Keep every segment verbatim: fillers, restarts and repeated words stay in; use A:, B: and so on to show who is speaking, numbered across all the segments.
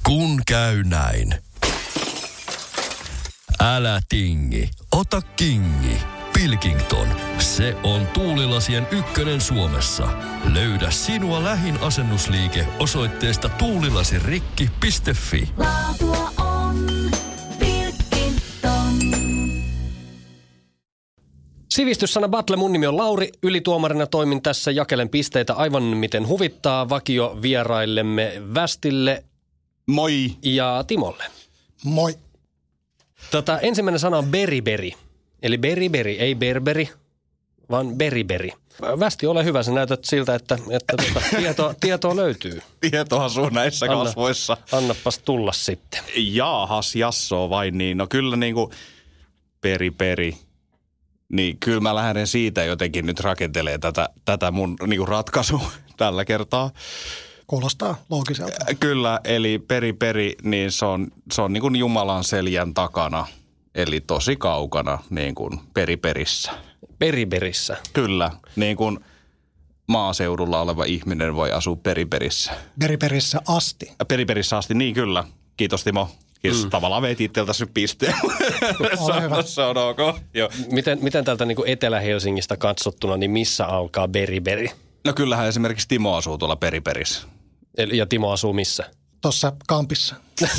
A: Kun käy näin. Älä tingi, ota kingi. Pilkington, se on tuulilasien ykkönen Suomessa. Löydä sinua lähin asennusliike osoitteesta tuulilasirikki piste fi.
B: Laatua on Pilkington.
C: Sivistyssana Battle, mun nimi on Lauri. Ylituomarina toimin tässä, jakelen pisteitä aivan miten huvittaa vakio vieraillemme Västille.
D: Moi.
C: Ja Timolle.
E: Moi.
C: Tota, ensimmäinen sana on beriberi. Eli beriberi, ei berberi, vaan beriberi. Västi, ole hyvä, sä näytät siltä, että, että tuota, tietoa, tietoa löytyy.
D: Tietoa sun näissä Anna, kasvoissa.
C: Annapas tulla sitten.
D: Jaahas, jassoo vain niin. No kyllä niinku peri peri. Niin kyllä mä lähden siitä jotenkin nyt rakentelee tätä, tätä mun niinku ratkaisua tällä kertaa.
E: Kuulostaa loogiselta.
D: Kyllä, eli peri peri, niin se on, se on niin kuin Jumalan seljän takana. Eli tosi kaukana niin kuin periperissä.
C: Periperissä.
D: Kyllä, niin kuin maaseudulla oleva ihminen voi asua periperissä.
E: Periperissä asti.
D: Periperissä asti, niin kyllä. Kiitos Timo. Kiitos. Mm. Tavallaan veit itseltäsi pisteen.
E: Ole hyvä.
D: Se on ok. Joo.
C: Miten, miten täältä niin kuin Etelä-Helsingistä katsottuna, niin missä alkaa beriberi?
D: No kyllähän esimerkiksi Timo asuu tuolla periperissä.
C: Eli, ja Timo asuu missä?
E: Tuossa kampissa.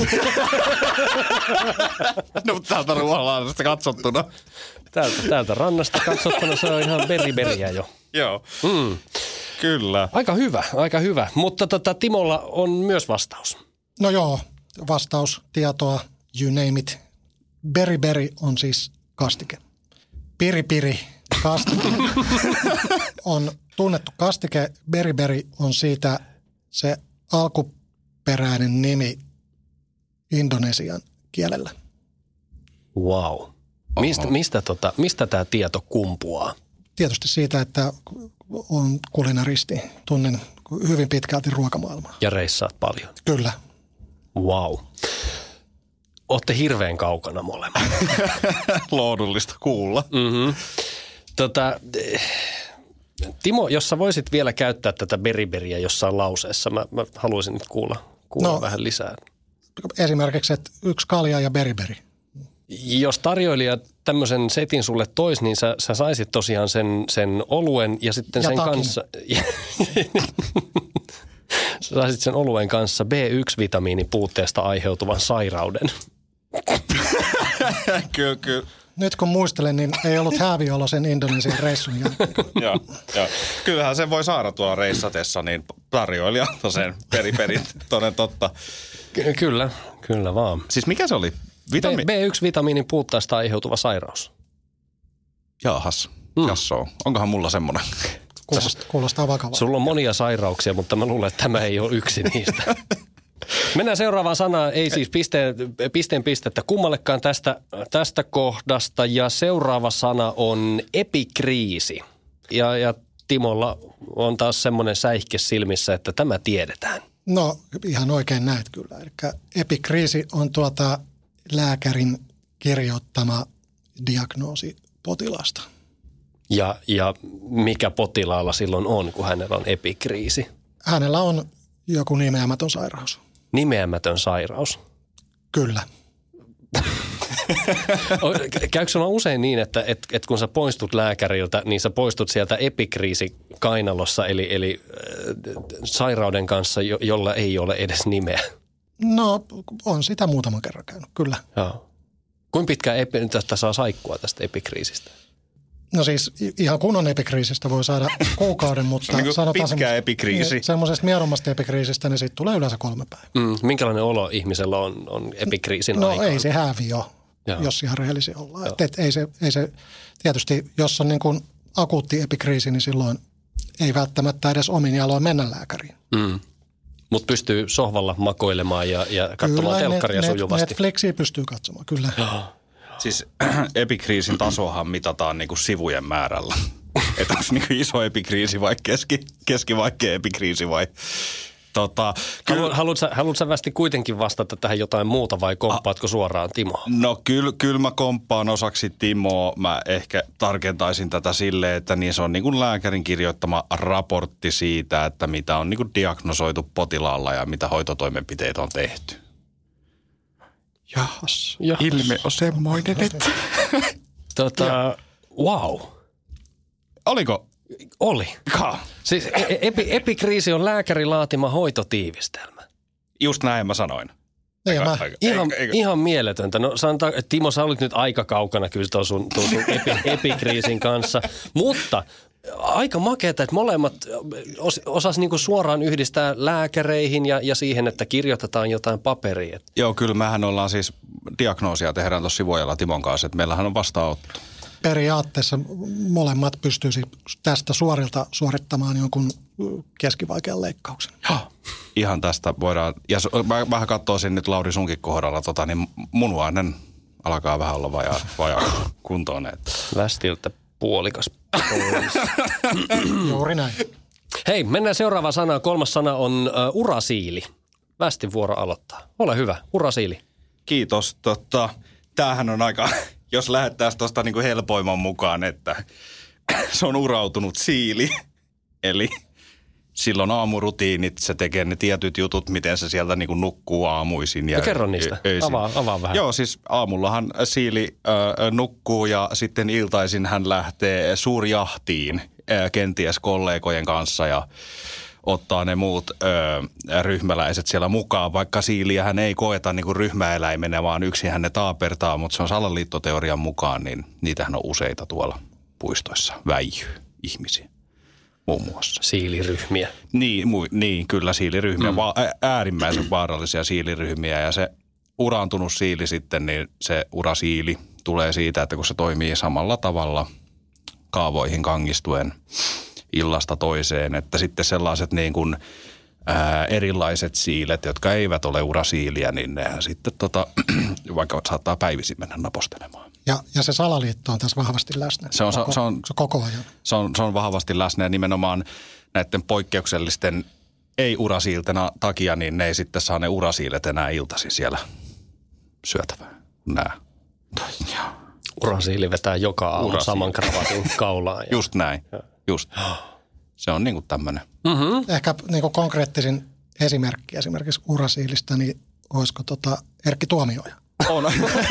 D: No mutta täältä Ruoholahdesta katsottuna.
C: Täältä, täältä rannasta katsottuna se on ihan beriberiä jo.
D: Joo,
C: Mm.
D: kyllä.
C: Aika hyvä, aika hyvä. Mutta tota, Timolla on myös vastaus.
E: No joo, vastaus, tietoa, you name it. Beriberi on siis kastike. Piripiri, kastike, on tunnettu kastike. Beriberi on siitä se alkuperäinen nimi indonesian kielellä.
C: Wow. Mistä, mistä, tota, mistä tämä tieto kumpuaa?
E: Tietysti siitä, että on kulinaristi, tunnen hyvin pitkälti ruokamaailmaa.
C: Ja reissaat paljon.
E: Kyllä.
C: Wow. Ootte hirveän kaukana molemmat.
D: Lohdullista kuulla.
C: Mm-hmm. Tota, Timo, jos sä voisit vielä käyttää tätä beriberiä jossain lauseessa, mä, mä haluaisin nyt kuulla, kuulla
E: no,
C: vähän lisää.
E: Esimerkiksi, että yksi kalja ja beriberi.
C: Jos tarjoilija tämmöisen setin sulle tois, niin sä, sä saisit tosiaan sen, sen oluen ja sitten
E: ja
C: sen
E: takin.
C: kanssa... Sä saisit sen oluen kanssa B yksi -vitamiinin puutteesta aiheutuvan sairauden.
D: Kyllä, kyllä.
E: Nyt kun muistelen, niin ei ollut hääviolo sen Indonesian reissun jälkeen.
D: Joo, joo. Kyllähän sen voi saada tuolla reissatessa, niin tarjoilijalta sen periperit, toden totta.
C: Ky- kyllä, kyllä vaan.
D: Siis mikä se oli? Vitami-
C: B yksi -vitamiinin puutteesta aiheutuva sairaus.
D: Jaahas,
C: Mm.
D: jassoo. Onkohan mulla semmoinen?
E: Kuulostaa, kuulostaa vakavaa.
C: Sulla on monia sairauksia, mutta mä luulen, että tämä ei ole yksi niistä. Mennään seuraavaan sanaan, ei siis pisteen, pisteen pistettä kummallekaan tästä, tästä kohdasta. Ja seuraava sana on epikriisi. Ja, ja Timolla on taas semmoinen säihke silmissä, että tämä tiedetään.
E: No ihan oikein näet kyllä. Eli epikriisi on tuota lääkärin kirjoittama diagnoosi potilaasta.
C: Ja, ja mikä potilaalla silloin on, kun hänellä on epikriisi?
E: Hänellä on joku nimeämätön sairaus.
C: Nimeämätön sairaus.
E: Kyllä.
C: Käykö sulla usein niin, että et, et kun sä poistut lääkäriltä, niin sä poistut sieltä epikriisikainalossa, eli, eli äh, sairauden kanssa, jo, jolla ei ole edes nimeä?
E: No on sitä muutaman kerran käynyt, kyllä.
C: Joo. Kuinka pitkään epi, tästä saa saikkua tästä epikriisistä?
E: No siis ihan kunnon epikriisistä voi saada kuukauden, mutta
D: Se on niin
E: sanotaan
D: pitkä
E: semmos-
D: epikriisi.
E: semmoisesta miedommasta epikriisistä, niin siitä tulee yleensä kolme päivää.
C: Mm, minkälainen olo ihmisellä on, on epikriisin
E: No
C: aikaan?
E: ei se hävi ole,
C: Joo.
E: jos ihan rehellisiä ollaan. Et, et, ei se, ei se, tietysti jos on niin kuin akuutti epikriisi, niin silloin ei välttämättä edes omin jaloin mennä lääkäriin.
C: Mm. Mutta pystyy sohvalla makoilemaan ja, ja katsomaan
E: Kyllä,
C: telkkaria
E: net,
C: sujuvasti.
E: Netflixiä pystyy katsomaan, kyllä.
D: Siis epikriisin tasohan mitataan niinku sivujen määrällä. Että onko niinku iso epikriisi vai keski, keskivaikea epikriisi vai... Tota,
C: Halu, haluatko, sä, haluatko sä Västi kuitenkin vastata tähän jotain muuta vai komppaatko suoraan Timoa?
D: No kyllä, kyllä mä komppaan osaksi Timoa. Mä ehkä tarkentaisin tätä silleen, että niin se on niin kuin lääkärin kirjoittama raportti siitä, että mitä on niin kuin diagnosoitu potilaalla ja mitä hoitotoimenpiteitä on tehty. Jahas,
C: Jahas.
D: ilme on semmoinen, että...
C: Tota, wow.
D: Oliko?
C: Oli.
D: Ka.
C: Siis epi, epikriisi on lääkärin laatima hoitotiivistelmä.
D: Just näin mä sanoin.
E: Ei, mä,
C: Ihan, ihan mieletöntä. No sanotaan, että Timo, sä olit nyt aika kaukana kyllä tuon sun, tuon sun epi, epikriisin kanssa, mutta aika makeata, että molemmat os, osas niinku suoraan yhdistää lääkäreihin ja, ja siihen, että kirjoitetaan jotain paperia.
D: Joo, kyllä mehän ollaan siis diagnoosia tehdään tuossa Sivojalla Timon kanssa, että meillähän on vastaanotto.
E: periaatteessa molemmat pystyisi tästä suorilta suorittamaan jonkun keskivaikean leikkauksen.
D: Joo. Ihan tästä voidaan, ja mä vähän katsoisin nyt Lauri sunkin kohdalla, tota, niin munuainen alkaa vähän olla vajaa, vajaa kuntoon. Että.
C: Västiltä puolikas pois.
E: Juuri näin.
C: Hei, mennään seuraavaan sanaan. Kolmas sana on uh, urasiili. Västin vuoro aloittaa. Ole hyvä, urasiili.
D: Kiitos. Totta, tämähän on aika, jos lähettäisiin tuosta niinku helpoimman mukaan, että se on urautunut siili. Eli silloin aamurutiinit, se tekee ne tietyt jutut, miten se sieltä niinku nukkuu aamuisin. Ja
C: no kerro niistä, avaa, avaa vähän.
D: Joo, siis aamullahan siili äh, nukkuu ja sitten iltaisin hän lähtee suurjahtiin äh, kenties kollegojen kanssa ja ottaa ne muut ö, ryhmäläiset siellä mukaan, vaikka siiliä hän ei koeta niin kuin ryhmäeläimenä, vaan yksin hän ne taapertaa, mutta se on salaliittoteorian mukaan, niin niitähän on useita tuolla puistoissa väijyy ihmisiä muun muassa.
C: Siiliryhmiä.
D: Niin, mu, niin kyllä siiliryhmiä, mm. Va, äärimmäisen vaarallisia siiliryhmiä ja se uraantunut siili sitten, niin se urasiili tulee siitä, että kun se toimii samalla tavalla kaavoihin kangistuen illasta toiseen, että sitten sellaiset niin kuin ää, erilaiset siilet, jotka eivät ole urasiiliä, niin nehän sitten tota, vaikka saattaa päivisin mennä napostelemaan.
E: Ja, ja se salaliitto on tässä vahvasti läsnä.
D: Se on,
E: koko,
D: se on,
E: se koko ajan.
D: Se on, se on vahvasti läsnä ja nimenomaan näiden poikkeuksellisten ei-urasiiltena takia, niin ne ei sitten saa ne urasiilet enää iltasi siellä syötävää. Nää.
C: Urasiili vetää joka aamu saman kravatin kaulaan. Ja...
D: Just näin. Just. Se on niin kuin tämmöinen.
C: Mm-hmm.
E: Ehkä niin kuin konkreettisin esimerkki esimerkiksi urasiilistä, niin olisiko tota Erkki Tuomioja?
D: On.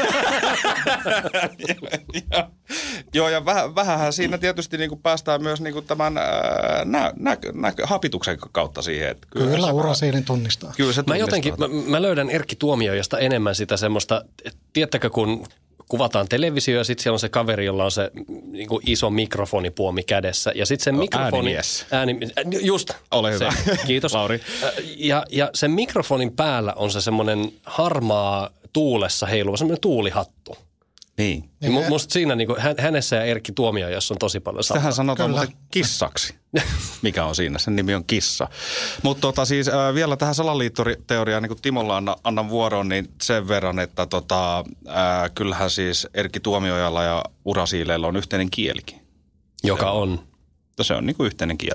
D: Joo, ja väh, vähänhän siinä tietysti niin kuin päästään myös niin kuin tämän ää, nä, nä, nä, hapituksen kautta siihen. Että
E: kyllä kyllä
D: se,
E: urasiilin tunnistaa.
D: Kyllä se
C: mä jotenkin, mä, mä löydän Erkki Tuomiojasta enemmän sitä semmoista, tiedättekö kun kuvataan televisio ja sitten siellä on se kaveri, jolla on se niin kuin iso mikrofonipuomi kädessä. Ja sitten se mikrofoni...
D: Äänimies.
C: Ääni, just.
D: Ole hyvä.
C: Se, kiitos.
D: Lauri.
C: Ja, ja sen mikrofonin päällä on se semmoinen harmaa tuulessa heiluva, semmoinen tuulihattu.
D: Niin.
C: Niin mu- musta siinä niin kuin, hänessä ja Erkki Tuomiojassa on tosi paljon samaa.
D: Tähän sanotaan muuten kissaksi, mikä on siinä. Sen nimi on kissa. Mutta tota, siis äh, vielä tähän salaliittoteoriaan, niin kuin Timolla anna, annan vuoron, niin sen verran, että tota, äh, kyllähän siis Erkki Tuomiojalla ja urasiileillä on yhteinen kielikin.
C: Joka on?
D: on. Se on niin kuin yhteinen kieli.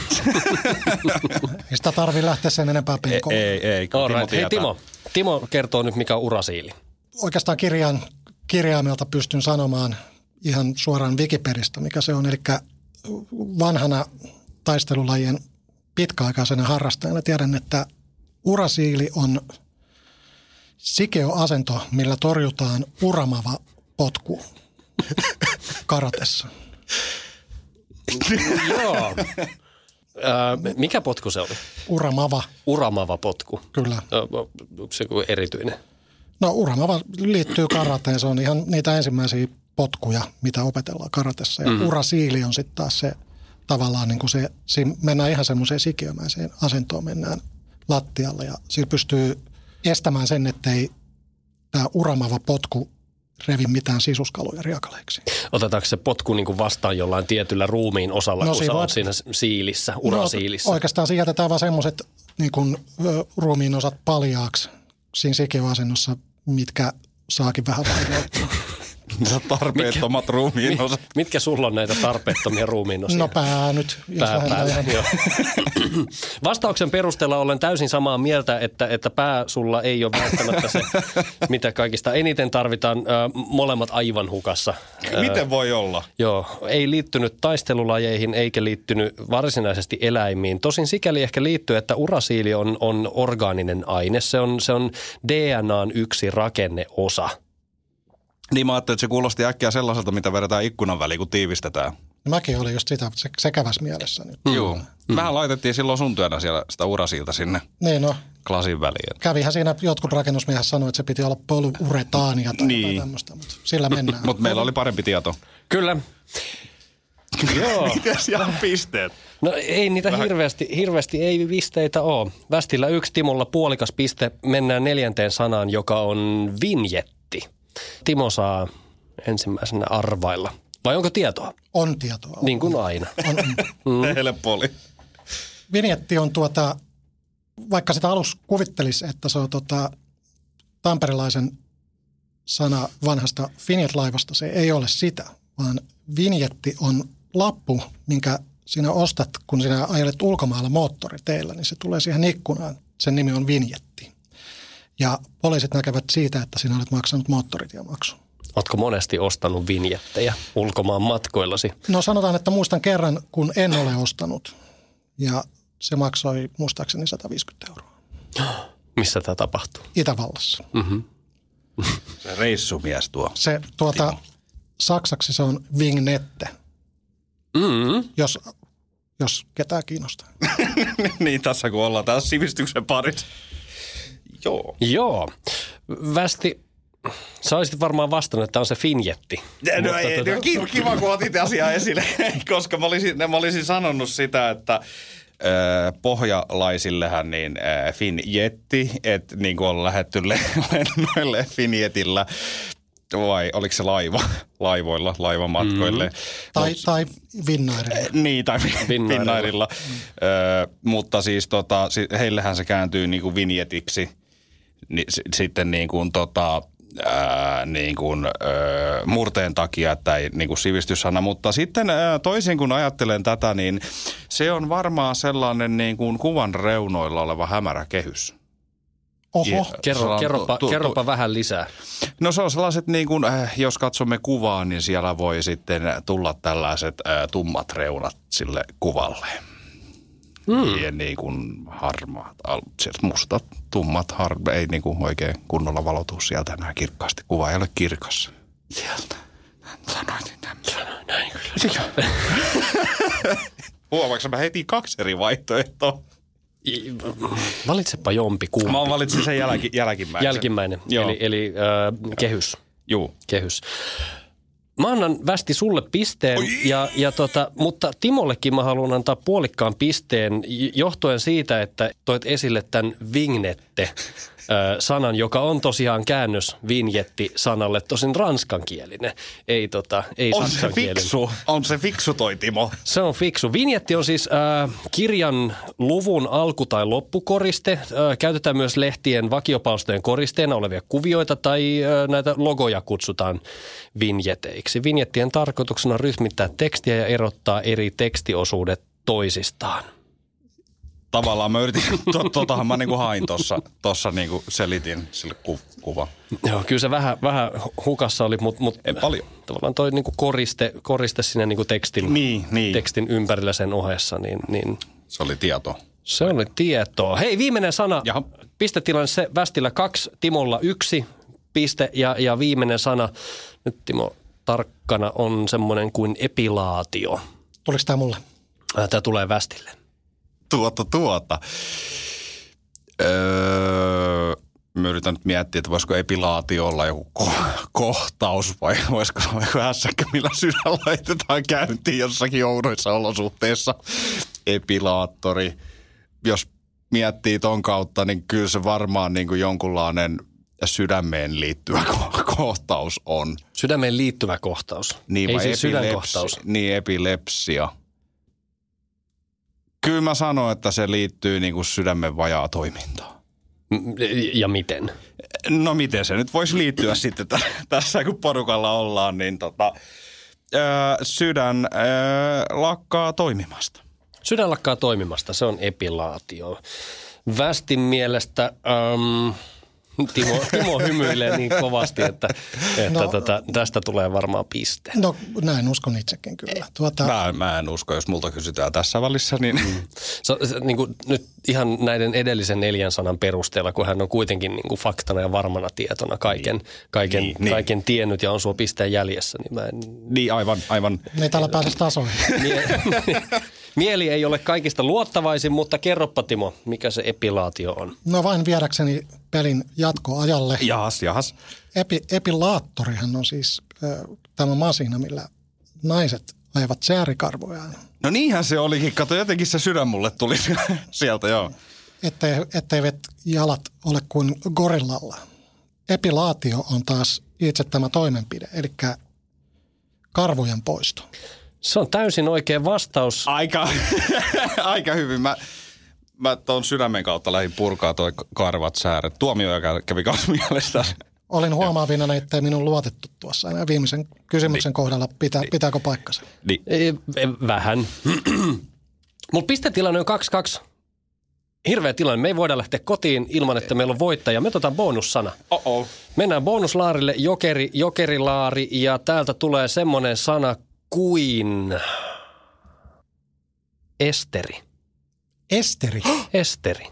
E: Ei sitä tarvitse lähteä sen enempää penkoon.
D: Ei, ei. ei
C: Timo Hei Timo, Timo kertoo nyt, mikä on urasiili.
E: Oikeastaan kirjan, kirjaimelta pystyn sanomaan ihan suoraan Wikipedistä, mikä se on. Eli vanhana taistelulajien pitkäaikaisena harrastajana tiedän, että urasiili on sikeo-asento, millä torjutaan uramava potku karatessa.
C: Joo. Äh, mikä potku se oli?
E: Uramava.
C: Uramava potku.
E: Kyllä.
C: Onko se joku erityinen?
E: No uramava liittyy karateen. Se on ihan niitä ensimmäisiä potkuja, mitä opetellaan karatessa. Ja mm. urasiili on sitten taas se tavallaan niin kuin se, siinä mennään ihan semmoiseen sikiömäiseen asentoon, mennään lattialle. Ja sillä pystyy estämään sen, ettei tämä uramava potku revi mitään sisuskaluja riakaleiksi.
C: Otetaanko se potku niin kuin vastaan jollain tietyllä ruumiin osalla, no, kun sä oot siinä siilissä, urasiilissä?
E: No, oikeastaan siinä jätetään vaan semmoiset niin kuin, ö, ruumiin osat paljaaksi siinä sikiöasennossa, mitkä saakin vähän vaikeuttaa.
D: Tarpeettomat ruumiinosat.
C: Mitkä sulla on näitä tarpeettomia ruumiinosia?
E: No pää nyt.
C: Pää, pää, joo. Vastauksen perusteella olen täysin samaa mieltä, että, että pää sulla ei ole välttämättä se, mitä kaikista eniten tarvitaan. Ö, molemmat aivan hukassa.
D: Miten voi olla?
C: Joo, ei liittynyt taistelulajeihin eikä liittynyt varsinaisesti eläimiin. Tosin sikäli ehkä liittyy, että urasiili on, on orgaaninen aine. Se on, se on D N A:n yksi rakenneosa.
D: Niin mä ajattelin, että se kuulosti äkkiä sellaiselta, mitä vedetään ikkunan väliin, kun tiivistetään.
E: Mäkin olin just sitä, se, se käväs mielessä nyt.
D: Mm. Joo. Mm. Mehän laitettiin silloin sun työnä siellä sitä urasiilta sinne
E: niin no,
D: klasin väliin.
E: kävihän siinä jotkut rakennusmiehet sanoivat, että se piti olla polyuretaania tai niin. jotain tämmöistä, mutta sillä mennään.
D: Mutta meillä oli parempi tieto.
C: Kyllä. Joo.
D: Mites ihan pisteet?
C: No ei niitä Vähän... hirveästi, hirveästi ei pisteitä ole. Västillä yksi, Timolla puolikas piste. Mennään neljänteen sanaan, joka on vinjetti. Timo saa ensimmäisenä arvailla. Vai onko tietoa?
E: On tietoa. On.
C: Niin kuin aina.
E: On, on.
D: Mm. Helppo oli.
E: Vinjetti on tuota, vaikka sitä alus kuvittelisi, että se on tota, tamperilaisen sana vanhasta Finjet-laivasta, se ei ole sitä, vaan vinjetti on lappu, minkä sinä ostat, kun sinä ajelet ulkomailla moottoriteillä, niin se tulee siihen ikkunaan. Sen nimi on vinjetti. Ja poliisit näkevät siitä, että sinä olet maksanut moottoritiemaksun.
C: Oletko monesti ostanut vinjettejä ulkomaan matkoillasi?
E: No sanotaan, että muistan kerran, kun en ole ostanut. Ja se maksoi muistaakseni sata viisikymmentä euroa.
C: Missä tämä tapahtuu?
E: Itävallassa.
C: Mm-hmm.
D: Se reissumies tuo.
E: Se tuota, saksaksi se on Vignette,
C: mm-hmm.
E: jos, jos ketään kiinnostaa.
D: Niin, tässä kun ollaan tässä sivistyksen parissa. Joo.
C: Joo. Västi, sä olisit varmaan vastannut, että on se finjetti.
D: No mutta ei, tuota... kiva, kiva, kun otit asiaa esille, koska mä olisin, mä olisin sanonut sitä, että äh, pohjalaisillehän niin äh, finjetti, että niin kuin on lähdetty lennoille finjetillä. Vai oliko se laiva, laivoilla, laivamatkoille. Mm.
E: Tai,
D: Mut,
E: tai Vinnairilla.
D: Niin, tai Vinnairilla. Mm. Ö, mutta siis tota, heillehän se kääntyy niin kuin vinjetiksi ni, s, sitten niin kuin tota, ää, niin kuin, ää, murteen takia, että ei niin kuin sivistyssana. Mutta sitten ää, toisin kun ajattelen tätä, niin se on varmaan sellainen niin kuin kuvan reunoilla oleva hämärä kehys.
E: Oho.
C: Yeah. Kerro, kerropa, tu, tu, kerropa vähän lisää.
D: No se on sellaiset, niin kuin, äh, jos katsomme kuvaa, niin siellä voi sitten tulla tällaiset äh, tummat reunat sille kuvalle. Mm. Ja niin kuin harmaat, mustat, tummat, har, ei niin kuin oikein kunnolla valotu sieltä enää kirkkaasti. Kuva ei ole kirkas. Sieltä. Sanoitin tämmöisen. Näin kyllä. Huomaatko mä heti kaksi eri vaihtoehtoa?
C: Valitsepa jompi kumpi.
D: Mä valitsin sen jälki, jälkimmäisen.
C: Jälkimmäinen, Joo. eli, eli äh, kehys.
D: Juu.
C: Kehys. Mä annan Västi sulle pisteen, ja, ja tota, mutta Timollekin mä haluan antaa puolikkaan pisteen johtuen siitä, että toit esille tämän vignette-sanan, joka on tosiaan käännös vinjetti-sanalle, tosin ranskankielinen, ei, tota, ei
D: on
C: saksankielinen.
D: Se fiksu. On se fiksu toi Timo.
C: Se on fiksu. Vinjetti on siis äh, kirjan luvun alku- tai loppukoriste. Äh, käytetään myös lehtien vakiopalstojen koristeena olevia kuvioita tai äh, näitä logoja kutsutaan vinjeteiksi. Vinjettien tarkoituksena on rytmittää tekstiä ja erottaa eri tekstiosuudet toisistaan.
D: Tavallaan mä yritin, to, totahan mä niinku hain tossa, tossa niinku selitin sille ku, kuva.
C: Joo, kyllä se vähän, vähän hukassa oli, mutta mut,
D: paljon.
C: Tavallaan toi niinku koriste, koriste sinne niinku tekstin,
D: niin, niin.
C: tekstin ympärillä sen ohessa. Niin, niin
D: se oli tieto.
C: Se oli tietoa. Hei, viimeinen sana.
D: Jaha.
C: Pistetilanne se Västillä kaksi, Timolla yksi piste ja, ja viimeinen sana. Nyt Timo tarkkana on semmoinen kuin epilaatio.
E: Tuliko tämä mulle?
C: Tämä tulee Västille.
D: Tuota, tuota. Öö, mä yritän nyt miettiä, että voisiko epilaatio olla joku ko- kohtaus vai voisiko se olla joku hässäkkä, millä sydän laitetaan käyntiin jossakin oudoissa olosuhteissa. Epilaattori. Jos miettii ton kautta, niin kyllä se varmaan niin kuin jonkunlainen sydämeen liittyvä ko- kohtaus on.
C: Sydämeen liittyvä kohtaus.
D: Niin,
C: ei siis
D: epilepsi-
C: sydänkohtaus.
D: Niin, epilepsia. Kyllä mä sanon, että se liittyy niin kuin sydämen vajaa toimintaan.
C: Ja miten?
D: No miten se nyt voisi liittyä sitten t- tässä, kun porukalla ollaan, niin tota, öö, sydän öö, lakkaa toimimasta.
C: Sydän lakkaa toimimasta, se on epilaatio. Västin mielestä ähm, Timo, Timo hymyilee niin kovasti, että, että
E: no,
C: tota, tästä tulee varmaan piste.
E: No näin uskon itsekin kyllä. Tuota...
D: Mä, mä en usko, jos multa kysytään tässä välissä, niin... Mm.
C: So, niin kuin nyt ihan näiden edellisen neljän sanan perusteella, kun hän on kuitenkin niin kuin faktana ja varmana tietona kaiken, niin, kaiken, niin, kaiken niin. tiennyt ja on sua pisteen jäljessä, niin mä en...
D: Niin, aivan, aivan.
E: Niin täällä pääsisi tasoihin.
C: Mie- Mieli ei ole kaikista luottavaisin, mutta kerropa Timo, mikä se epilaatio on?
E: No vain viedäkseni pelin jatkoajalle.
D: Jahas, jahas.
E: Epi, epilaattorihan on siis äh, tämä masina, millä naiset ajavat säärikarvojaan.
D: No niinhän se olikin. Kato, jotenkin se sydän mulle tuli sieltä, joo.
E: Ettei, etteivät jalat ole kuin gorillalla. Epilaatio on taas itse tämä toimenpide, eli karvojen poisto.
C: Se on täysin oikea vastaus.
D: Aika, aika hyvin. Mä, mä tuon sydämen kautta lähdin purkaa toi karvat sääret. Tuomio kävi kanssa mielestä.
E: Olin huomaavina, ettei minun luotettu tuossa enää viimeisen kysymyksen niin. kohdalla. Pitää, niin. Pitääkö paikkansa?
C: Niin. Vähän. Mutta pistetilanne on kaksi kaksi. Hirveä tilanne. Me ei voida lähteä kotiin ilman, että meillä on voittaja. Me otetaan bonussana.
D: Oh-oh.
C: Mennään bonuslaarille, jokeri, jokerilaari, ja täältä tulee semmoinen sana kuin esteri.
E: Esteri?
C: Esteri.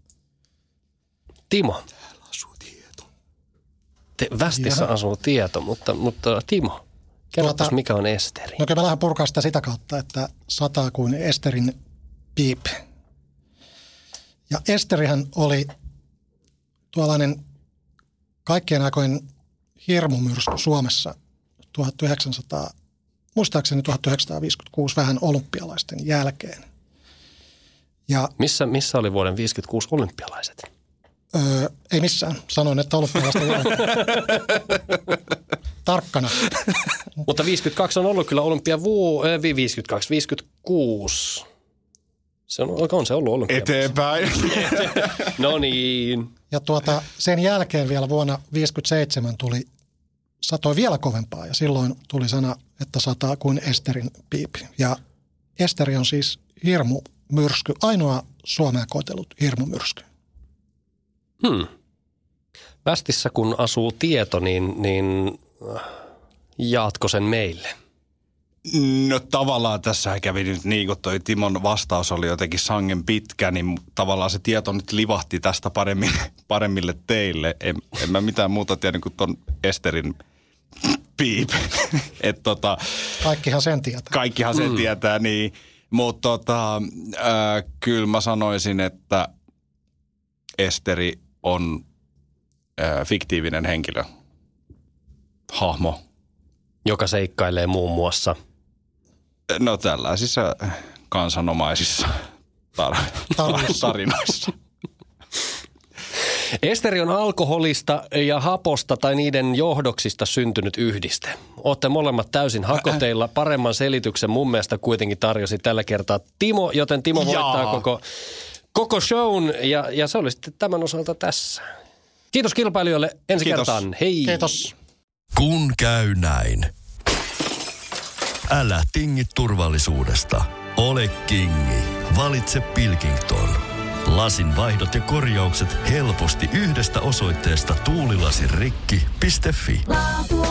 C: Timo.
D: Täällä asuu tieto.
C: Te, västissä Jaha. asuu tieto, mutta, mutta Timo, kerropas tuota, mikä on esteri?
E: No kyllä mä lähden purkaa sitä sitä kautta, että sataa kuin esterin piip. Ja esterihän oli tuollainen kaikkien aikojen hirmumyrsky Suomessa tuhatyhdeksänsataa, muistaakseni tuhatyhdeksänsataaviisikymmentäkuusi vähän olympialaisten jälkeen. Ja,
C: missä, missä oli vuoden viisikymmentäkuusi olympialaiset?
E: Öö, ei missään. Sanoin, että olympialaisten jälkeen. Tarkkana.
C: Mutta viisikymmentäkaksi on ollut kyllä olympiavuo, äh, viisikymmentäkaksi, viisikymmentäkuusi. Se on, on se ollut olympialaista.
D: Eteenpäin.
C: No niin.
E: Ja tuota, sen jälkeen vielä vuonna viisikymmentäseitsemän tuli, satoi vielä kovempaa ja silloin tuli sana, että sataa kuin esterin piipi. Ja esteri on siis hirmumyrsky, ainoa Suomea koetellut hirmumyrsky.
C: Hmm. Västissä kun asuu tieto, niin, niin jaatko sen meille?
D: No tavallaan tässä kävi nyt niin, kun toi Timon vastaus oli jotenkin sangen pitkä, niin tavallaan se tieto nyt livahti tästä paremmin, paremmille teille. En, en mä mitään muuta tiedä kuin ton Esterin piip. Et tota,
E: kaikkihan sen tietää.
D: Kaikkihan sen mm. tietää, niin. Mutta tota, äh, kyllä mä sanoisin, että Esteri on äh, fiktiivinen henkilö, hahmo.
C: Joka seikkailee muun muassa.
D: No tällaisissa kansanomaisissa tar- tarinoissa.
C: Esteri on alkoholista ja haposta tai niiden johdoksista syntynyt yhdiste. Olette molemmat täysin hakoteilla. Paremman selityksen mun mielestä kuitenkin tarjosi tällä kertaa Timo, joten Timo voittaa Jaa. koko, koko shown ja, ja se oli sitten tämän osalta tässä. Kiitos kilpailijoille ensi Kiitos. kertaan. Hei!
E: Kiitos.
A: Kun käy näin. Älä tingi turvallisuudesta. Ole kingi. Valitse Pilkington. Lasin vaihdot ja korjaukset helposti yhdestä osoitteesta tuulilasirikki piste fi. Laatu